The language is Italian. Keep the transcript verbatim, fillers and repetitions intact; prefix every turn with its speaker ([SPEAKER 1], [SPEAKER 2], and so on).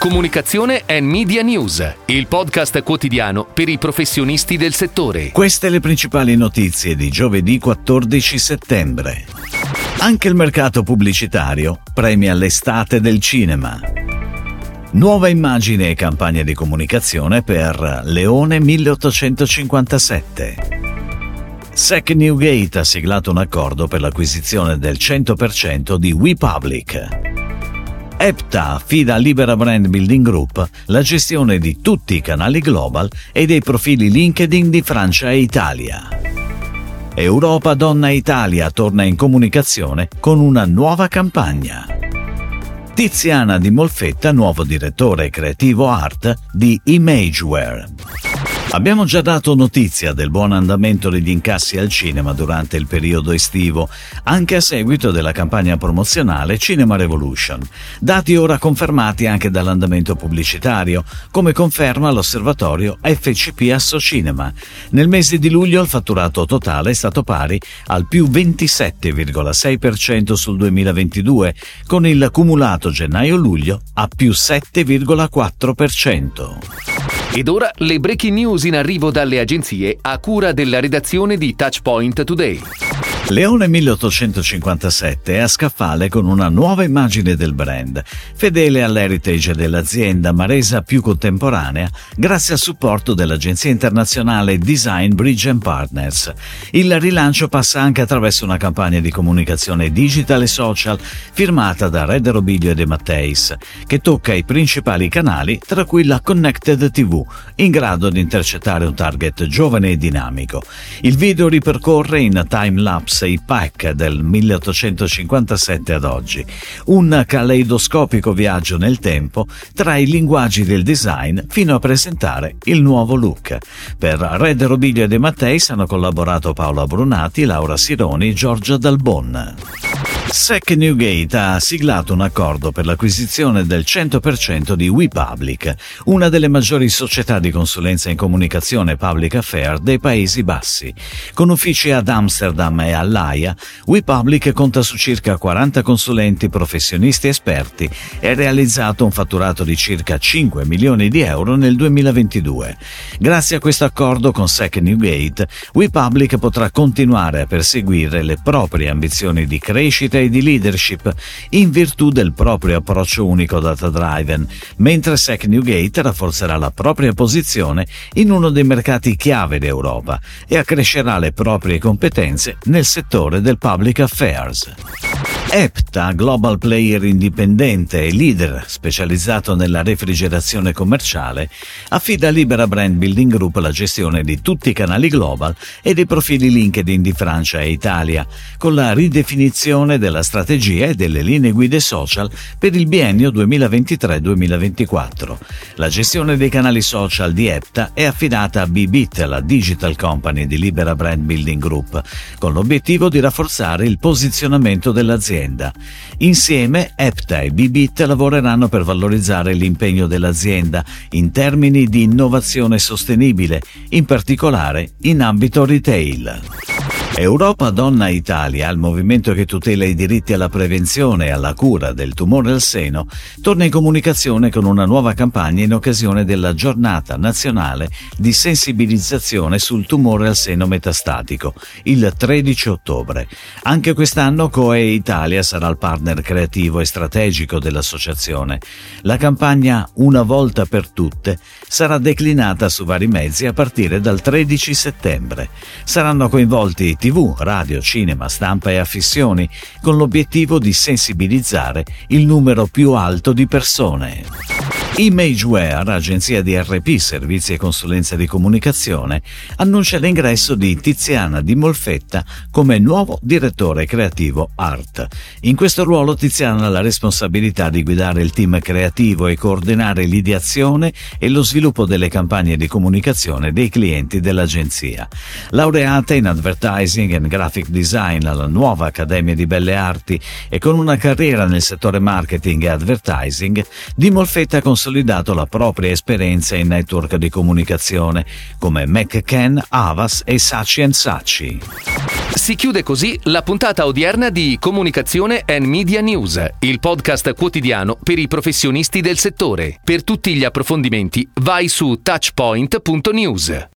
[SPEAKER 1] Comunicazione and Media News, il podcast quotidiano per i professionisti del settore.
[SPEAKER 2] Queste le principali notizie di giovedì quattordici settembre. Anche il mercato pubblicitario premia l'estate del cinema. Nuova immagine e campagna di comunicazione per Leone milleottocentocinquantasette. S E C Newgate ha siglato un accordo per l'acquisizione del cento per cento di WePublic. EPTA affida a Libera Brand Building Group la gestione di tutti i canali global e dei profili LinkedIn di Francia e Italia. Europa Donna Italia torna in comunicazione con una nuova campagna. Tiziana Di Molfetta, nuovo direttore creativo art di Imageware. Abbiamo già dato notizia del buon andamento degli incassi al cinema durante il periodo estivo, anche a seguito della campagna promozionale Cinema Revolution. Dati ora confermati anche dall'andamento pubblicitario, come conferma l'osservatorio F C P Associnema. Nel mese di luglio il fatturato totale è stato pari al più ventisette virgola sei per cento sul duemilaventidue, con il cumulato gennaio-luglio a più sette virgola quattro per cento.
[SPEAKER 1] Ed ora le breaking news in arrivo dalle agenzie a cura della redazione di Touchpoint Today.
[SPEAKER 2] Leone milleottocentocinquantasette è a scaffale con una nuova immagine del brand, fedele all'heritage dell'azienda ma resa più contemporanea grazie al supporto dell'agenzia internazionale Design Bridge and Partners. Il rilancio passa anche attraverso una campagna di comunicazione digital e social firmata da Red Robiglio e De Matteis, che tocca i principali canali, tra cui la Connected tivù, in grado di intercettare un target giovane e dinamico. Il video ripercorre in time-lapse i pack del milleottocentocinquantasette ad oggi, un caleidoscopico viaggio nel tempo tra i linguaggi del design fino a presentare il nuovo look. Per Red Robiglio e De Matteis hanno collaborato Paola Brunati, Laura Sironi e Giorgia Dalbon. S E C Newgate ha siglato un accordo per l'acquisizione del cento per cento di WePublic, una delle maggiori società di consulenza in comunicazione public affair dei Paesi Bassi. Con uffici ad Amsterdam e all'Aia, WePublic conta su circa quaranta consulenti professionisti esperti e ha realizzato un fatturato di circa cinque milioni di euro nel duemilaventidue. Grazie a questo accordo con S E C Newgate, WePublic potrà continuare a perseguire le proprie ambizioni di crescita e di leadership in virtù del proprio approccio unico data-driven, mentre S E C Newgate rafforzerà la propria posizione in uno dei mercati chiave d'Europa e accrescerà le proprie competenze nel settore del public affairs. EPTA, global player indipendente e leader specializzato nella refrigerazione commerciale, affida a Libera Brand Building Group la gestione di tutti i canali global e dei profili LinkedIn di Francia e Italia, con la ridefinizione della strategia e delle linee guide social per il biennio duemilaventitré duemilaventiquattro. La gestione dei canali social di EPTA è affidata a Bibit, la digital company di Libera Brand Building Group, con l'obiettivo di rafforzare il posizionamento dell'azienda. Insieme, EPTA e Bibit lavoreranno per valorizzare l'impegno dell'azienda in termini di innovazione sostenibile, in particolare in ambito retail. Europa Donna Italia, il movimento che tutela i diritti alla prevenzione e alla cura del tumore al seno, torna in comunicazione con una nuova campagna in occasione della giornata nazionale di sensibilizzazione sul tumore al seno metastatico, il tredici ottobre. Anche quest'anno Coe Italia sarà il partner creativo e strategico dell'associazione. La campagna Una volta per tutte sarà declinata su vari mezzi a partire dal tredici settembre. Saranno coinvolti tivù, radio, cinema, stampa e affissioni, con l'obiettivo di sensibilizzare il numero più alto di persone. Imageware, agenzia di R P, servizi e consulenza di comunicazione, annuncia l'ingresso di Tiziana Di Molfetta come nuovo direttore creativo art. In questo ruolo Tiziana ha la responsabilità di guidare il team creativo e coordinare l'ideazione e lo sviluppo delle campagne di comunicazione dei clienti dell'agenzia. Laureata in Advertising and Graphic Design alla nuova Accademia di Belle Arti e con una carriera nel settore marketing e advertising, Di Molfetta ha consolidato la propria esperienza in network di comunicazione come McCann, Havas e Saatchi and Saatchi.
[SPEAKER 1] Si chiude così la puntata odierna di Comunicazione and Media News, il podcast quotidiano per i professionisti del settore. Per tutti gli approfondimenti vai su touchpoint punto news.